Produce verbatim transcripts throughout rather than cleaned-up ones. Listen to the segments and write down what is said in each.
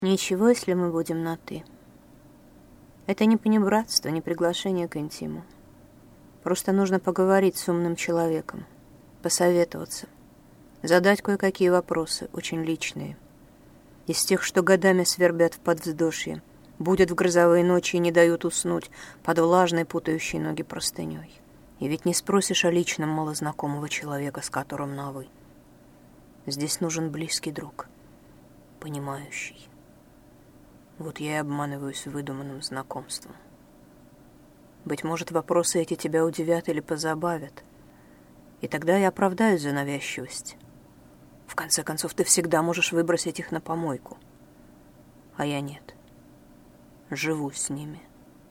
Ничего, если мы будем на «ты». Это не понебратство, не приглашение к интиму. Просто нужно поговорить с умным человеком, посоветоваться, задать кое-какие вопросы, очень личные. Из тех, что годами свербят в подвздошье, будут в грозовые ночи и не дают уснуть под влажной, путающей ноги простыней. И ведь не спросишь о личном малознакомого человека, с которым на «вы». Здесь нужен близкий друг, понимающий. Вот я и обманываюсь выдуманным знакомством. Быть может, вопросы эти тебя удивят или позабавят. И тогда я оправдаюсь за навязчивость. В конце концов, ты всегда можешь выбросить их на помойку. А я нет. Живу с ними.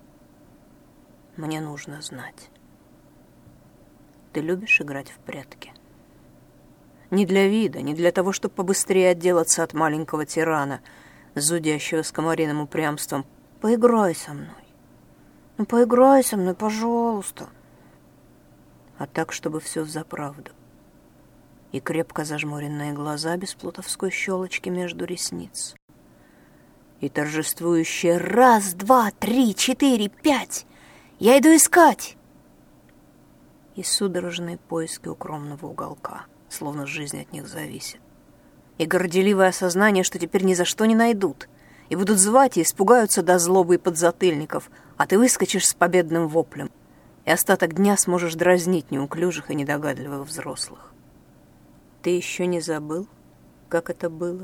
Мне нужно знать. Ты любишь играть в прятки? Не для вида, не для того, чтобы побыстрее отделаться от маленького тирана, зудящего с комариным упрямством. Поиграй со мной. Ну, поиграй со мной, пожалуйста. А так, чтобы все взаправду. И крепко зажмуренные глаза без плутовской щелочки между ресниц. И торжествующее «раз, два, три, четыре, пять! Я иду искать!» И судорожные поиски укромного уголка, словно жизнь от них зависит. И горделивое осознание, что теперь ни за что не найдут, и будут звать и испугаются до злобы и подзатыльников, а ты выскочишь с победным воплем, и остаток дня сможешь дразнить неуклюжих и недогадливых взрослых. Ты еще не забыл, как это было?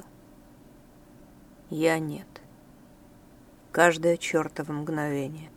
Я нет. Каждое чертово мгновение.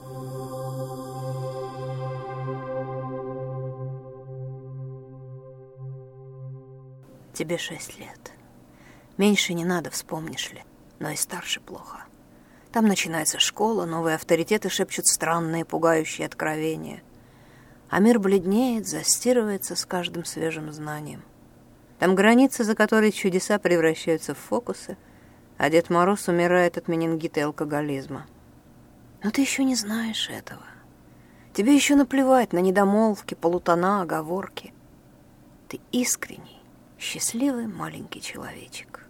Тебе шесть лет. Меньше не надо, вспомнишь ли, но и старше плохо. Там начинается школа, новые авторитеты шепчут странные, пугающие откровения. А мир бледнеет, застирывается с каждым свежим знанием. Там границы, за которой чудеса превращаются в фокусы, а Дед Мороз умирает от менингита и алкоголизма. Но ты еще не знаешь этого. Тебе еще наплевать на недомолвки, полутона, оговорки. Ты искренний, счастливый маленький человечек.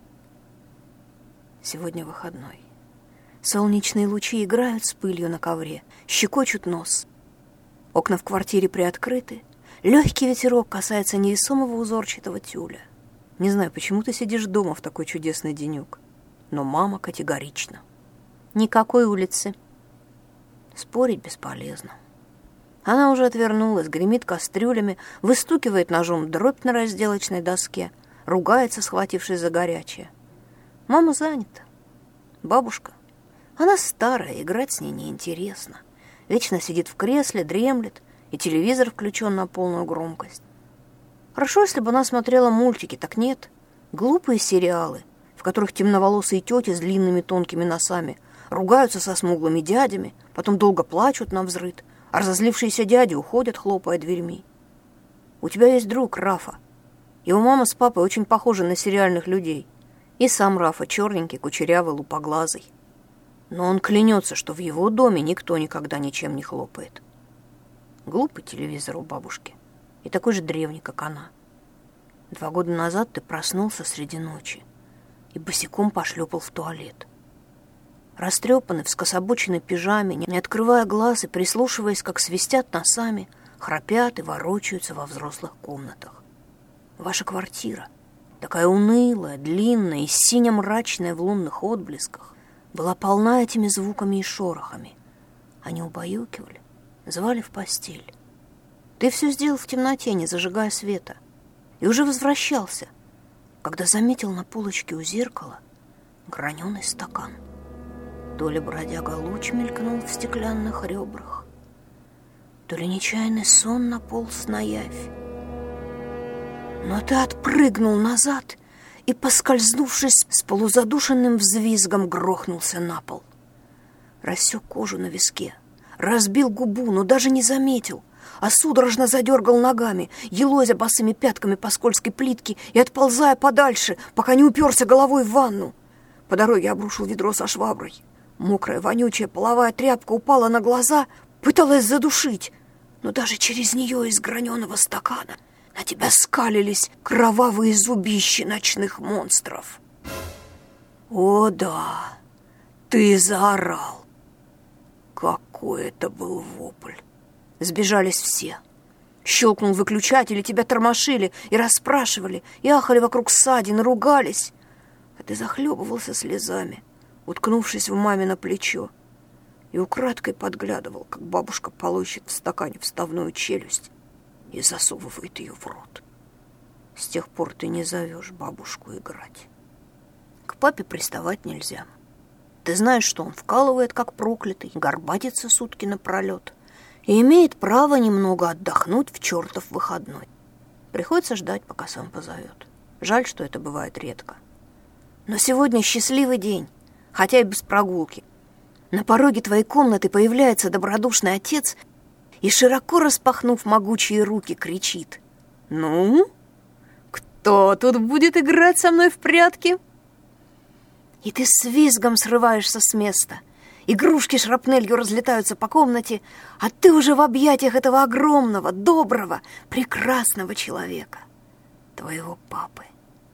Сегодня выходной. Солнечные лучи играют с пылью на ковре, щекочут нос. Окна в квартире приоткрыты. Легкий ветерок касается невесомого узорчатого тюля. Не знаю, почему ты сидишь дома в такой чудесный денек, но мама категорична. Никакой улицы. Спорить бесполезно. Она уже отвернулась, гремит кастрюлями, выстукивает ножом дробь на разделочной доске, ругается, схватившись за горячее. Мама занята. Бабушка. Она старая, играть с ней неинтересно. Вечно сидит в кресле, дремлет, и телевизор включен на полную громкость. Хорошо, если бы она смотрела мультики, так нет. Глупые сериалы, в которых темноволосые тети с длинными тонкими носами ругаются со смуглыми дядями, потом долго плачут навзрыд, а разозлившиеся дяди уходят, хлопая дверьми. У тебя есть друг Рафа. Его мама с папой очень похожи на сериальных людей. И сам Рафа черненький, кучерявый, лупоглазый. Но он клянется, что в его доме никто никогда ничем не хлопает. Глупый телевизор у бабушки. И такой же древний, как она. Два года назад ты проснулся среди ночи и босиком пошлепал в туалет. Растрепанный в скособоченной пижаме, не открывая глаз и прислушиваясь, как свистят носами, храпят и ворочаются во взрослых комнатах. Ваша квартира, такая унылая, длинная и сине-мрачная в лунных отблесках, была полна этими звуками и шорохами. Они убаюкивали, звали в постель. Ты все сделал в темноте, не зажигая света, и уже возвращался, когда заметил на полочке у зеркала граненый стакан. То ли бродяга луч мелькнул в стеклянных ребрах, то ли нечаянный сон наполз на явь. Но ты отпрыгнул назад и, поскользнувшись, с полузадушенным взвизгом грохнулся на пол. Рассек кожу на виске, разбил губу, но даже не заметил, а судорожно задергал ногами, елозя босыми пятками по скользкой плитке и отползая подальше, пока не уперся головой в ванну. По дороге обрушил ведро со шваброй. Мокрая, вонючая половая тряпка упала на глаза, пыталась задушить, но даже через нее из граненого стакана на тебя скалились кровавые зубищи ночных монстров. О, да, ты заорал. Какой это был вопль. Сбежались все. Щелкнул выключатель, и тебя тормошили, и расспрашивали, и ахали вокруг ссадин, и ругались. А ты захлебывался слезами, уткнувшись в мамино плечо, и украдкой подглядывал, как бабушка полощет в стакане вставную челюсть и засовывает ее в рот. С тех пор ты не зовешь бабушку играть. К папе приставать нельзя. Ты знаешь, что он вкалывает, как проклятый, горбатится сутки напролет и имеет право немного отдохнуть в чертов выходной. Приходится ждать, пока сам позовет. Жаль, что это бывает редко. Но сегодня счастливый день, хотя и без прогулки. На пороге твоей комнаты появляется добродушный отец и, широко распахнув могучие руки, кричит: «Ну, кто тут будет играть со мной в прятки?» И ты с визгом срываешься с места. Игрушки шрапнелью разлетаются по комнате, а ты уже в объятиях этого огромного, доброго, прекрасного человека, твоего папы.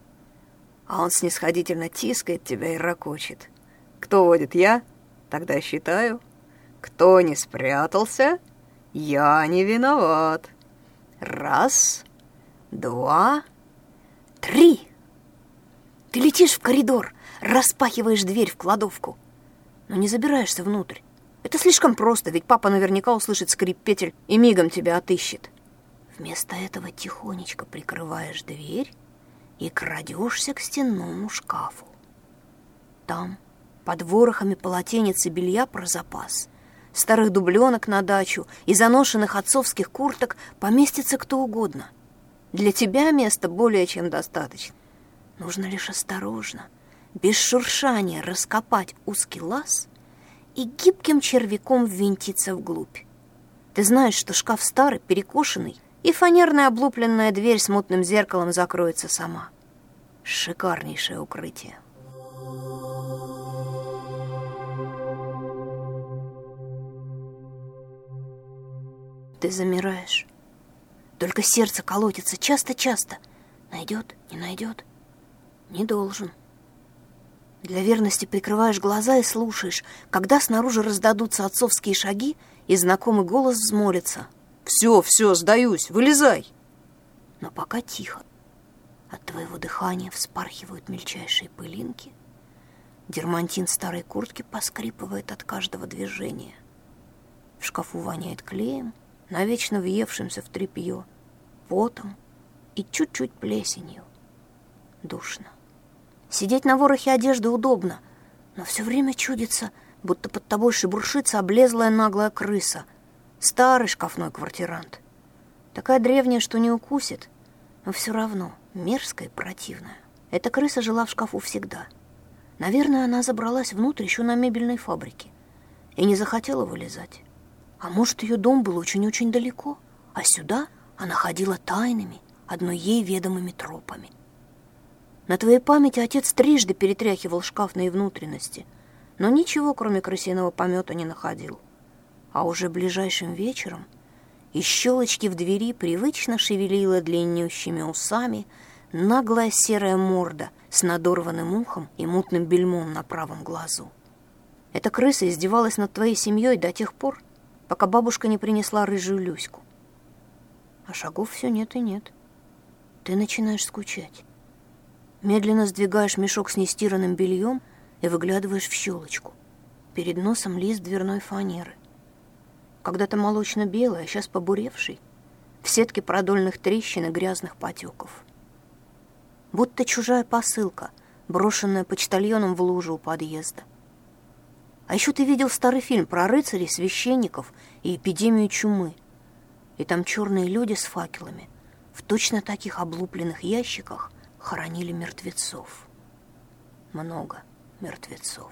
А он снисходительно тискает тебя и ракочет: «Кто водит? Я? Тогда считаю. Кто не спрятался? Я не виноват. Раз, два, три». Ты летишь в коридор, распахиваешь дверь в кладовку, но не забираешься внутрь. Это слишком просто, ведь папа наверняка услышит скрип петель и мигом тебя отыщет. Вместо этого тихонечко прикрываешь дверь и крадешься к стенному шкафу. Там, под ворохами полотенец и белья про запас, старых дубленок на дачу и заношенных отцовских курток, поместится кто угодно. Для тебя места более чем достаточно. Нужно лишь осторожно, без шуршания раскопать узкий лаз и гибким червяком ввинтиться вглубь. Ты знаешь, что шкаф старый, перекошенный, и фанерная облупленная дверь с мутным зеркалом закроется сама. Шикарнейшее укрытие. Ты замираешь. Только сердце колотится часто-часто. Найдет, не найдет? Не должен. Для верности прикрываешь глаза и слушаешь, когда снаружи раздадутся отцовские шаги, и знакомый голос взмолится: «Все, все, сдаюсь, вылезай!» Но пока тихо. От твоего дыхания вспархивают мельчайшие пылинки. Дермантин старой куртки поскрипывает от каждого движения. В шкафу воняет клеем, навечно въевшимся в тряпье, потом и чуть-чуть плесенью. Душно. Сидеть на ворохе одежды удобно, но все время чудится, будто под тобой шебуршится облезлая наглая крыса. Старый шкафной квартирант. Такая древняя, что не укусит, но все равно мерзкая и противная. Эта крыса жила в шкафу всегда. Наверное, она забралась внутрь еще на мебельной фабрике и не захотела вылезать. А может, ее дом был очень-очень далеко, а сюда она ходила тайными, одной ей ведомыми тропами. На твоей памяти отец трижды перетряхивал шкафные внутренности, но ничего, кроме крысиного помета, не находил. А уже ближайшим вечером из щелочки в двери привычно шевелила длиннющими усами наглая серая морда с надорванным ухом и мутным бельмом на правом глазу. Эта крыса издевалась над твоей семьей до тех пор, пока бабушка не принесла рыжую Люську. А шагов все нет и нет. Ты начинаешь скучать. Медленно сдвигаешь мешок с нестиранным бельем и выглядываешь в щелочку. Перед носом лист дверной фанеры. Когда-то молочно-белый, а сейчас побуревший, в сетке продольных трещин и грязных потеков. Будто чужая посылка, брошенная почтальоном в лужу у подъезда. А еще ты видел старый фильм про рыцарей, священников и эпидемию чумы. И там черные люди с факелами в точно таких облупленных ящиках хоронили мертвецов. Много мертвецов.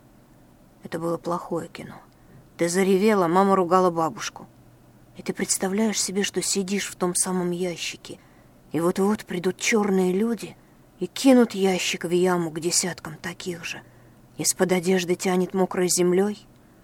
Это было плохое кино. Ты заревела, мама ругала бабушку. И ты представляешь себе, что сидишь в том самом ящике, и вот-вот придут черные люди и кинут ящик в яму к десяткам таких же. Из-под одежды тянет мокрой землей.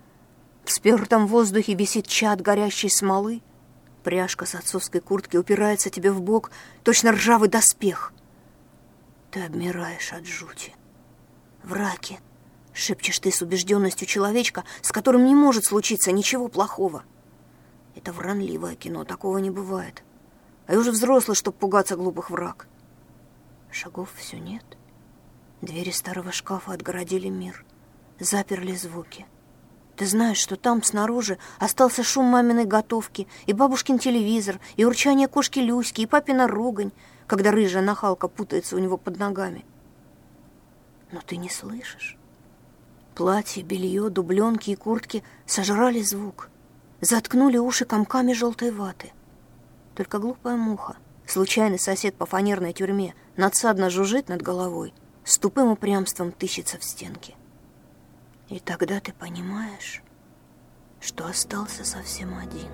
В спёртом воздухе висит чад горящей смолы. Пряжка с отцовской куртки упирается тебе в бок, точно ржавый доспех. Ты обмираешь от жути. Враки, шепчешь ты с убежденностью человечка, с которым не может случиться ничего плохого. Это вранливое кино, такого не бывает. А я уже взрослый, чтоб пугаться глупых враг. Шагов все нет. Двери старого шкафа отгородили мир, заперли звуки. Ты знаешь, что там, снаружи, остался шум маминой готовки, и бабушкин телевизор, и урчание кошки Люськи, и папина ругань, когда рыжая нахалка путается у него под ногами. Но ты не слышишь. Платье, белье, дубленки и куртки сожрали звук, заткнули уши комками желтой ваты. Только глупая муха, случайный сосед по фанерной тюрьме, надсадно жужжит над головой, с тупым упрямством тыщется в стенки. И тогда ты понимаешь, что остался совсем один.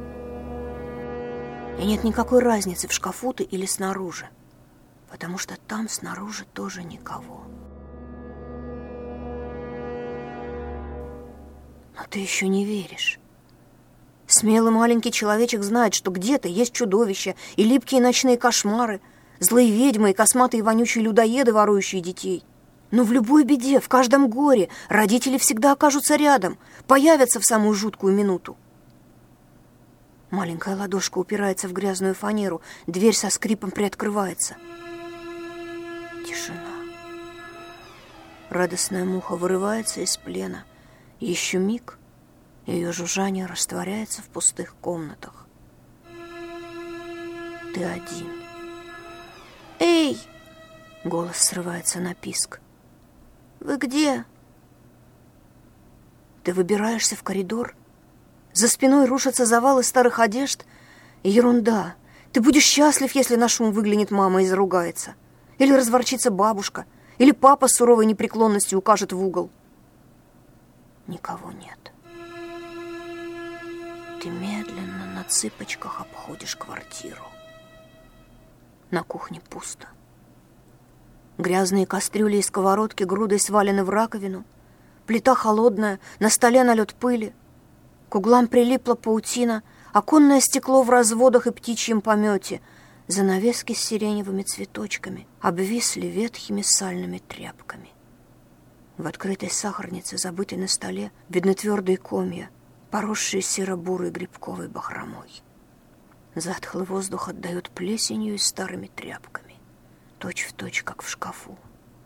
И нет никакой разницы, в шкафу ты или снаружи, потому что там снаружи тоже никого. Но ты еще не веришь. Смелый маленький человечек знает, что где-то есть чудовища и липкие ночные кошмары, злые ведьмы и косматые вонючие людоеды, ворующие детей. Но в любой беде, в каждом горе родители всегда окажутся рядом, появятся в самую жуткую минуту. Маленькая ладошка упирается в грязную фанеру, дверь со скрипом приоткрывается. Тишина. Радостная муха вырывается из плена. Еще миг, ее жужжание растворяется в пустых комнатах. Ты один. «Эй!» — голос срывается на писк. «Вы где?» Ты выбираешься в коридор. За спиной рушатся завалы старых одежд. И ерунда. Ты будешь счастлив, если на шум выглянет мама и заругается. Или разворчится бабушка. Или папа с суровой непреклонностью укажет в угол. Никого нет. Ты медленно на цыпочках обходишь квартиру. На кухне пусто. Грязные кастрюли и сковородки грудой свалены в раковину. Плита холодная, на столе налет пыли. К углам прилипла паутина, оконное стекло в разводах и птичьем помете. Занавески с сиреневыми цветочками обвисли ветхими сальными тряпками. В открытой сахарнице, забытой на столе, видны твердые комья, поросшие серо-бурой грибковой бахромой. Затхлый воздух отдает плесенью и старыми тряпками, точь в точь, как в шкафу.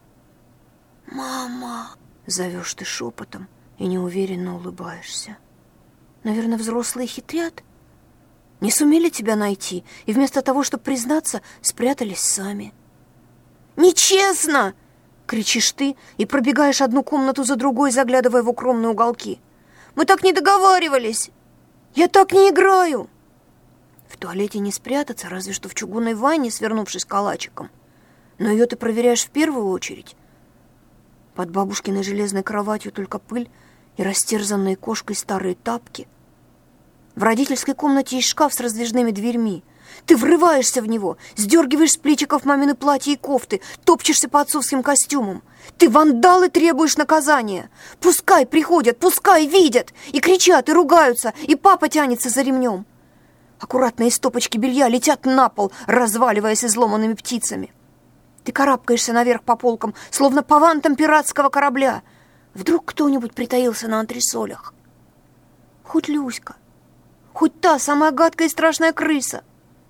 «Мама!» — зовешь ты шепотом и неуверенно улыбаешься. Наверное, взрослые хитрят. Не сумели тебя найти, и вместо того, чтобы признаться, спрятались сами. «Нечестно!» — кричишь ты и пробегаешь одну комнату за другой, заглядывая в укромные уголки. «Мы так не договаривались! Я так не играю!» В туалете не спрятаться, разве что в чугунной ванне, свернувшись калачиком. Но ее ты проверяешь в первую очередь. Под бабушкиной железной кроватью только пыль и растерзанные кошкой старые тапки. В родительской комнате есть шкаф с раздвижными дверьми. Ты врываешься в него, сдергиваешь с плечиков мамины платья и кофты, топчешься по отцовским костюмам. Ты вандал и требуешь наказания. Пускай приходят, пускай видят, и кричат, и ругаются, и папа тянется за ремнем. Аккуратные стопочки белья летят на пол, разваливаясь изломанными птицами. Ты карабкаешься наверх по полкам, словно по вантам пиратского корабля. Вдруг кто-нибудь притаился на антресолях. Хоть Люська, хоть та самая гадкая и страшная крыса.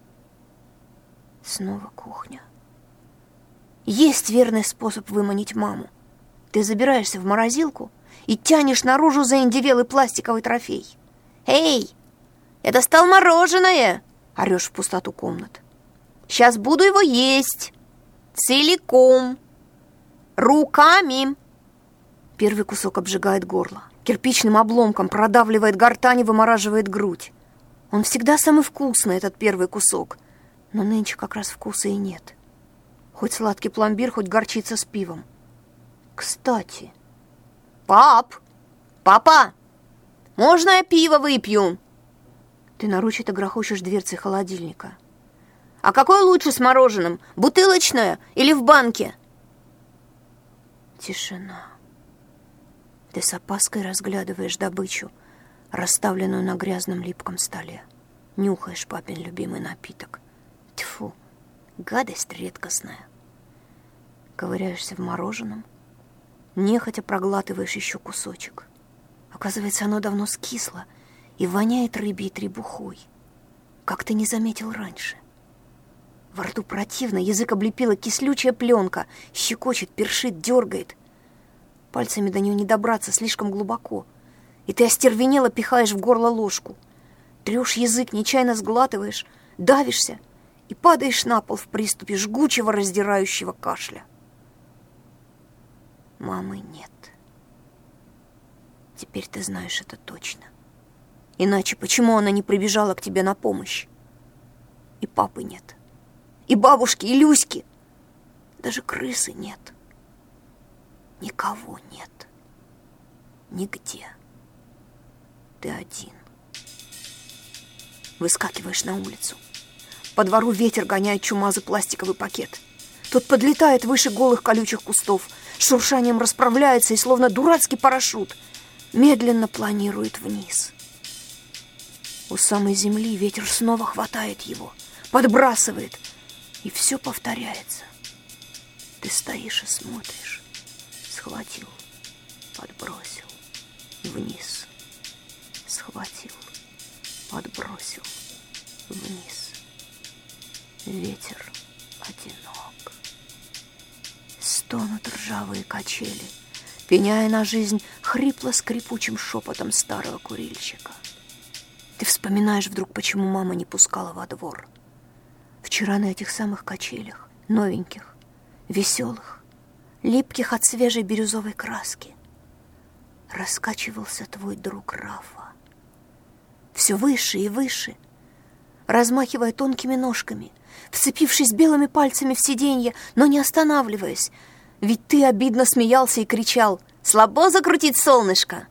Снова кухня. Есть верный способ выманить маму. Ты забираешься в морозилку и тянешь наружу заиндевелый пластиковый трофей. «Эй, я достал мороженое!» — орешь в пустоту комнат. «Сейчас буду его есть. Целиком. Руками!» Первый кусок обжигает горло. Кирпичным обломком продавливает гортань и вымораживает грудь. Он всегда самый вкусный, этот первый кусок. Но нынче как раз вкуса и нет. Хоть сладкий пломбир, хоть горчица с пивом. Кстати... «Пап! Папа! Можно я пиво выпью?» Ты нарочито грохочешь дверцей холодильника. «А какое лучше с мороженым? Бутылочное или в банке?» Тишина. Ты с опаской разглядываешь добычу, расставленную на грязном липком столе. Нюхаешь папин любимый напиток. Тьфу, гадость редкостная. Ковыряешься в мороженом. Нехотя проглатываешь еще кусочек. Оказывается, оно давно скисло и воняет рыбьей требухой. Как ты не заметил раньше? Во рту противно, язык облепила кислючая пленка, щекочет, першит, дергает. Пальцами до нее не добраться, слишком глубоко. И ты остервенело пихаешь в горло ложку. Трешь язык, нечаянно сглатываешь, давишься и падаешь на пол в приступе жгучего, раздирающего кашля. Мамы нет. Теперь ты знаешь это точно. Иначе почему она не прибежала к тебе на помощь? И папы нет. И бабушки, и Люськи. Даже крысы нет. Никого нет. Нигде. Ты один. Выскакиваешь на улицу. По двору ветер гоняет чумазый пластиковый пакет. Тот подлетает выше голых колючих кустов, с шуршанием расправляется и, словно дурацкий парашют, медленно планирует вниз. У самой земли ветер снова хватает его, подбрасывает, и все повторяется. Ты стоишь и смотришь. Схватил, подбросил, вниз. Схватил, подбросил, вниз. Ветер одинок. Стонут ржавые качели, пеняя на жизнь хрипло-скрипучим шепотом старого курильщика. Ты вспоминаешь вдруг, почему мама не пускала во двор. Вчера на этих самых качелях, новеньких, веселых, липких от свежей бирюзовой краски, раскачивался твой друг Рафа. Все выше и выше, размахивая тонкими ножками, вцепившись белыми пальцами в сиденье, но не останавливаясь, ведь ты обидно смеялся и кричал: «Слабо закрутить, солнышко!»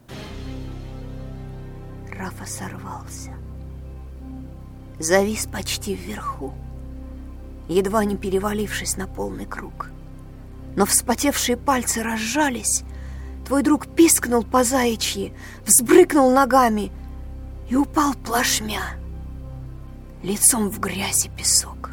Рафа сорвался, завис почти вверху, едва не перевалившись на полный круг. Но вспотевшие пальцы разжались, твой друг пискнул по заячьи, взбрыкнул ногами и упал плашмя, лицом в грязь и песок.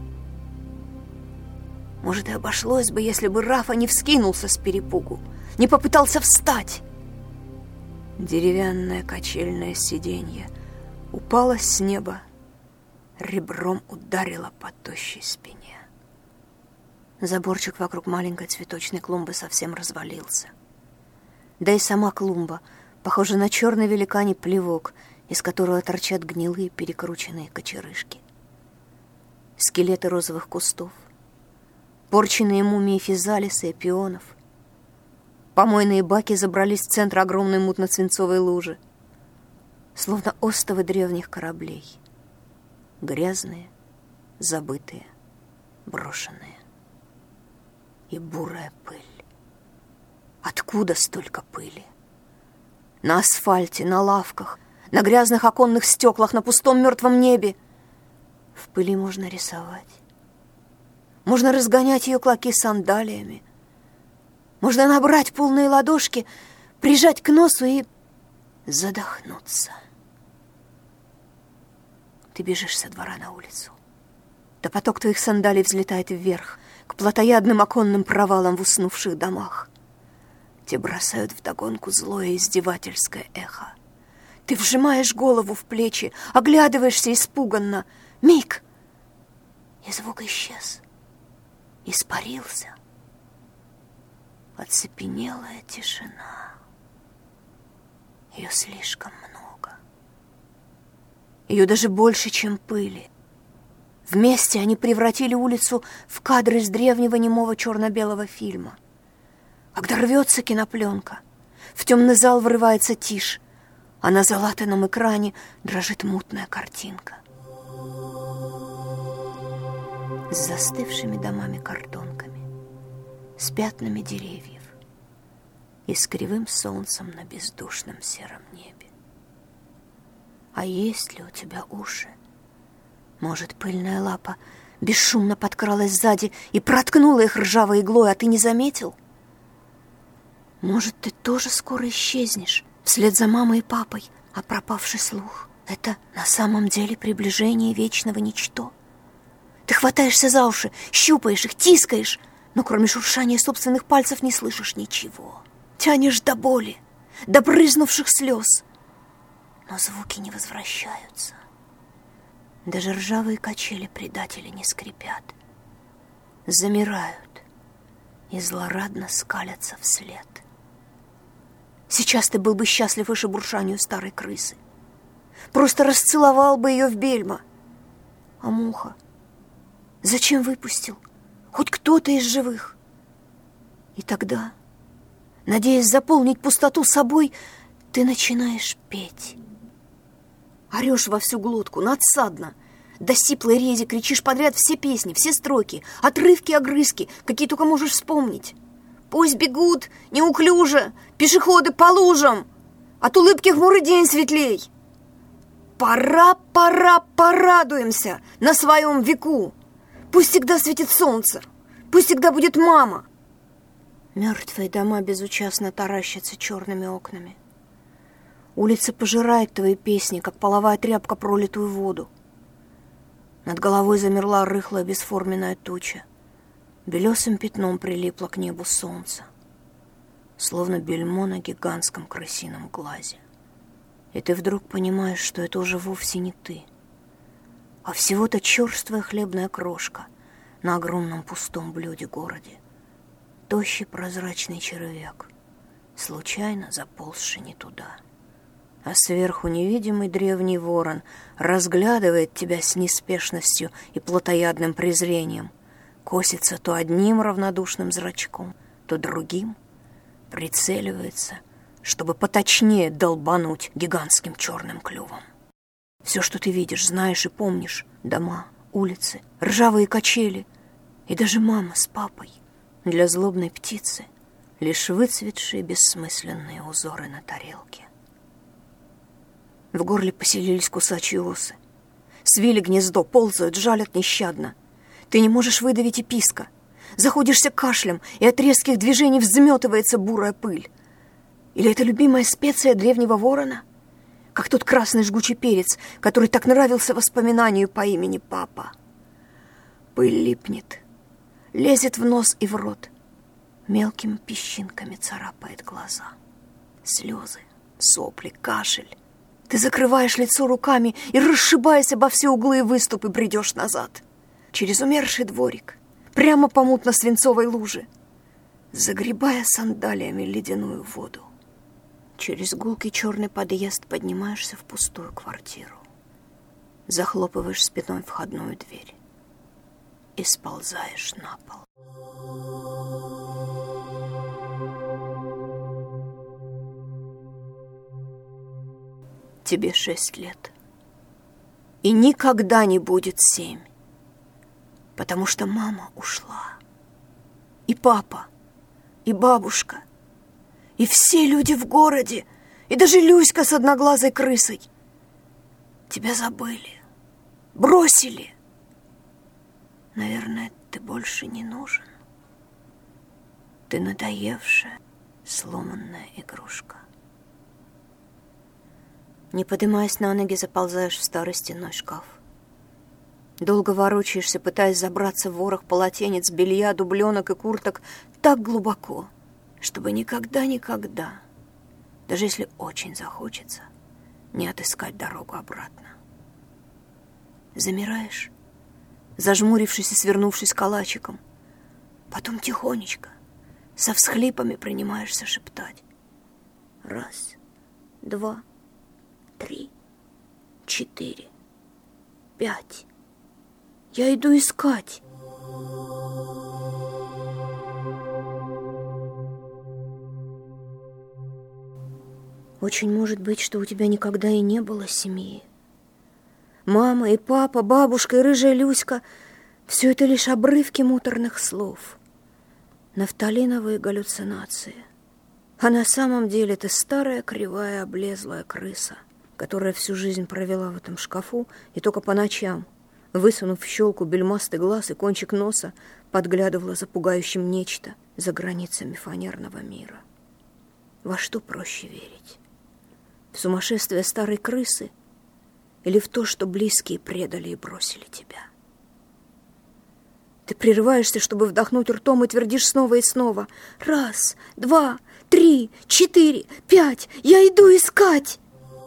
Может, и обошлось бы, если бы Рафа не вскинулся с перепугу, не попытался встать. Деревянное качельное сиденье упало с неба, ребром ударило по тощей спине. Заборчик вокруг маленькой цветочной клумбы совсем развалился. Да и сама клумба похожа на черный великаний плевок, из которого торчат гнилые перекрученные кочерышки. Скелеты розовых кустов, порченные мумии физалиса и пионов. Помойные баки забрались в центр огромной мутно-свинцовой лужи, словно остовы древних кораблей. Грязные, забытые, брошенные. И бурая пыль. Откуда столько пыли? На асфальте, на лавках, на грязных оконных стеклах, на пустом мертвом небе. В пыли можно рисовать. Можно разгонять ее клоки сандалиями. Можно набрать полные ладошки, прижать к носу и задохнуться. Ты бежишь со двора на улицу. Да поток твоих сандалий взлетает вверх, к плотоядным оконным провалам в уснувших домах. Те бросают вдогонку злое издевательское эхо. Ты вжимаешь голову в плечи, оглядываешься испуганно. Миг! И звук исчез. Испарился. Оцепенелая тишина. Ее слишком много. Ее даже больше, чем пыли. Вместе они превратили улицу в кадры из древнего немого черно-белого фильма. Когда рвется кинопленка, в темный зал врывается тишь, а на залатанном экране дрожит мутная картинка. С застывшими домами-картонками, с пятнами деревьев и с кривым солнцем на бездушном сером небе. А есть ли у тебя уши? Может, пыльная лапа бесшумно подкралась сзади и проткнула их ржавой иглой, а ты не заметил? Может, ты тоже скоро исчезнешь вслед за мамой и папой, а пропавший слух — это на самом деле приближение вечного ничто? Ты хватаешься за уши, щупаешь их, тискаешь, но кроме шуршания собственных пальцев не слышишь ничего. Тянешь до боли, до брызнувших слез, но звуки не возвращаются. Даже ржавые качели предатели не скрипят. Замирают и злорадно скалятся вслед. Сейчас ты был бы счастлив и шебуршанию старой крысы. Просто расцеловал бы ее в бельма. А муха? Зачем выпустил? Хоть кто-то из живых. И тогда, надеясь заполнить пустоту собой, ты начинаешь петь. Орешь во всю глотку, надсадно. До сиплой рези кричишь подряд все песни, все строки, отрывки-огрызки, какие только можешь вспомнить. Пусть бегут неуклюже пешеходы по лужам, от улыбки хмурый день светлей. Пора, пора, порадуемся на своем веку. Пусть всегда светит солнце, пусть всегда будет мама. Мертвые дома безучастно таращатся черными окнами. Улица пожирает твои песни, как половая тряпка пролитую воду. Над головой замерла рыхлая бесформенная туча. Белесым пятном прилипло к небу солнце, словно бельмо на гигантском крысином глазе. И ты вдруг понимаешь, что это уже вовсе не ты, а всего-то черствая хлебная крошка на огромном пустом блюде-городе. Тощий прозрачный червяк, случайно заползший не туда. А сверху невидимый древний ворон разглядывает тебя с неспешностью и плотоядным презрением, косится то одним равнодушным зрачком, то другим, прицеливается, чтобы поточнее долбануть гигантским черным клювом. Все, что ты видишь, знаешь и помнишь — дома, улицы, ржавые качели и даже мама с папой — для злобной птицы лишь выцветшие бессмысленные узоры на тарелке. В горле поселились кусачие осы. Свили гнездо, ползают, жалят нещадно. Ты не можешь выдавить и писка. Заходишься кашлем, и от резких движений взметывается бурая пыль. Или это любимая специя древнего ворона? Как тот красный жгучий перец, который так нравился воспоминанию по имени папа. Пыль липнет, лезет в нос и в рот. Мелкими песчинками царапает глаза. Слезы, сопли, кашель. Ты закрываешь лицо руками и, расшибаясь обо все углы и выступы, бредешь назад. Через умерший дворик, прямо по мутно-свинцовой луже, загребая сандалиями ледяную воду. Через гулкий черный подъезд поднимаешься в пустую квартиру. Захлопываешь спиной входную дверь и сползаешь на пол. Тебе шесть лет. И никогда не будет семь. Потому что мама ушла. И папа, и бабушка, и все люди в городе, и даже Люська с одноглазой крысой. Тебя забыли, бросили. Наверное, ты больше не нужен. Ты надоевшая, сломанная игрушка. Не поднимаясь на ноги, заползаешь в старый стенной шкаф. Долго ворочаешься, пытаясь забраться в ворох полотенец, белья, дубленок и курток так глубоко, чтобы никогда-никогда, даже если очень захочется, не отыскать дорогу обратно. Замираешь, зажмурившись и свернувшись калачиком, потом тихонечко, со всхлипами принимаешься шептать. Раз, два, три, четыре, пять. Я иду искать. Очень может быть, что у тебя никогда и не было семьи. Мама и папа, бабушка и рыжая Люська — все это лишь обрывки муторных слов, нафталиновые галлюцинации. А на самом деле ты старая, кривая, облезлая крыса, которая всю жизнь провела в этом шкафу и только по ночам, высунув в щелку бельмастый глаз и кончик носа, подглядывала за пугающим нечто за границами фанерного мира. Во что проще верить? В сумасшествие старой крысы или в то, что близкие предали и бросили тебя? Ты прерываешься, чтобы вдохнуть ртом, и твердишь снова и снова: «Раз, два, три, четыре, пять, я иду искать!»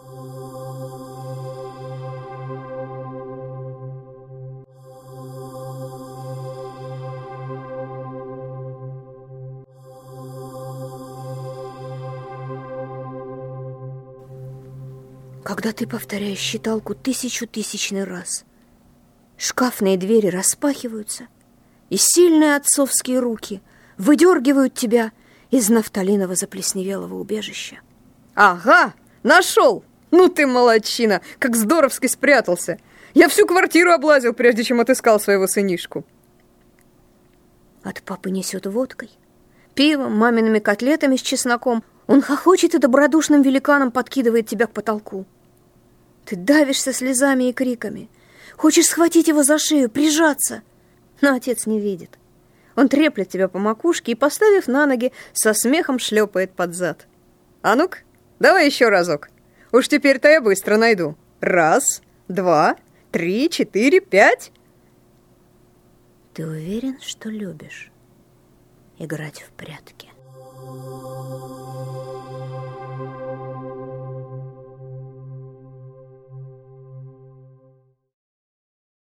Когда ты повторяешь считалку тысячу-тысячный раз, шкафные двери распахиваются, и сильные отцовские руки выдергивают тебя из нафталиново заплесневелого убежища. Ага, нашел! Ну ты молодчина, как здоровски спрятался. Я всю квартиру облазил, прежде чем отыскал своего сынишку. От папы несет водкой, пивом, мамиными котлетами с чесноком. Он хохочет и добродушным великаном подкидывает тебя к потолку. Ты давишься слезами и криками. Хочешь схватить его за шею, прижаться. Но отец не видит. Он треплет тебя по макушке и, поставив на ноги, со смехом шлепает под зад. А ну-ка, давай еще разок. Уж теперь-то я быстро найду. Раз, два, три, четыре, пять. Ты уверен, что любишь играть в прятки?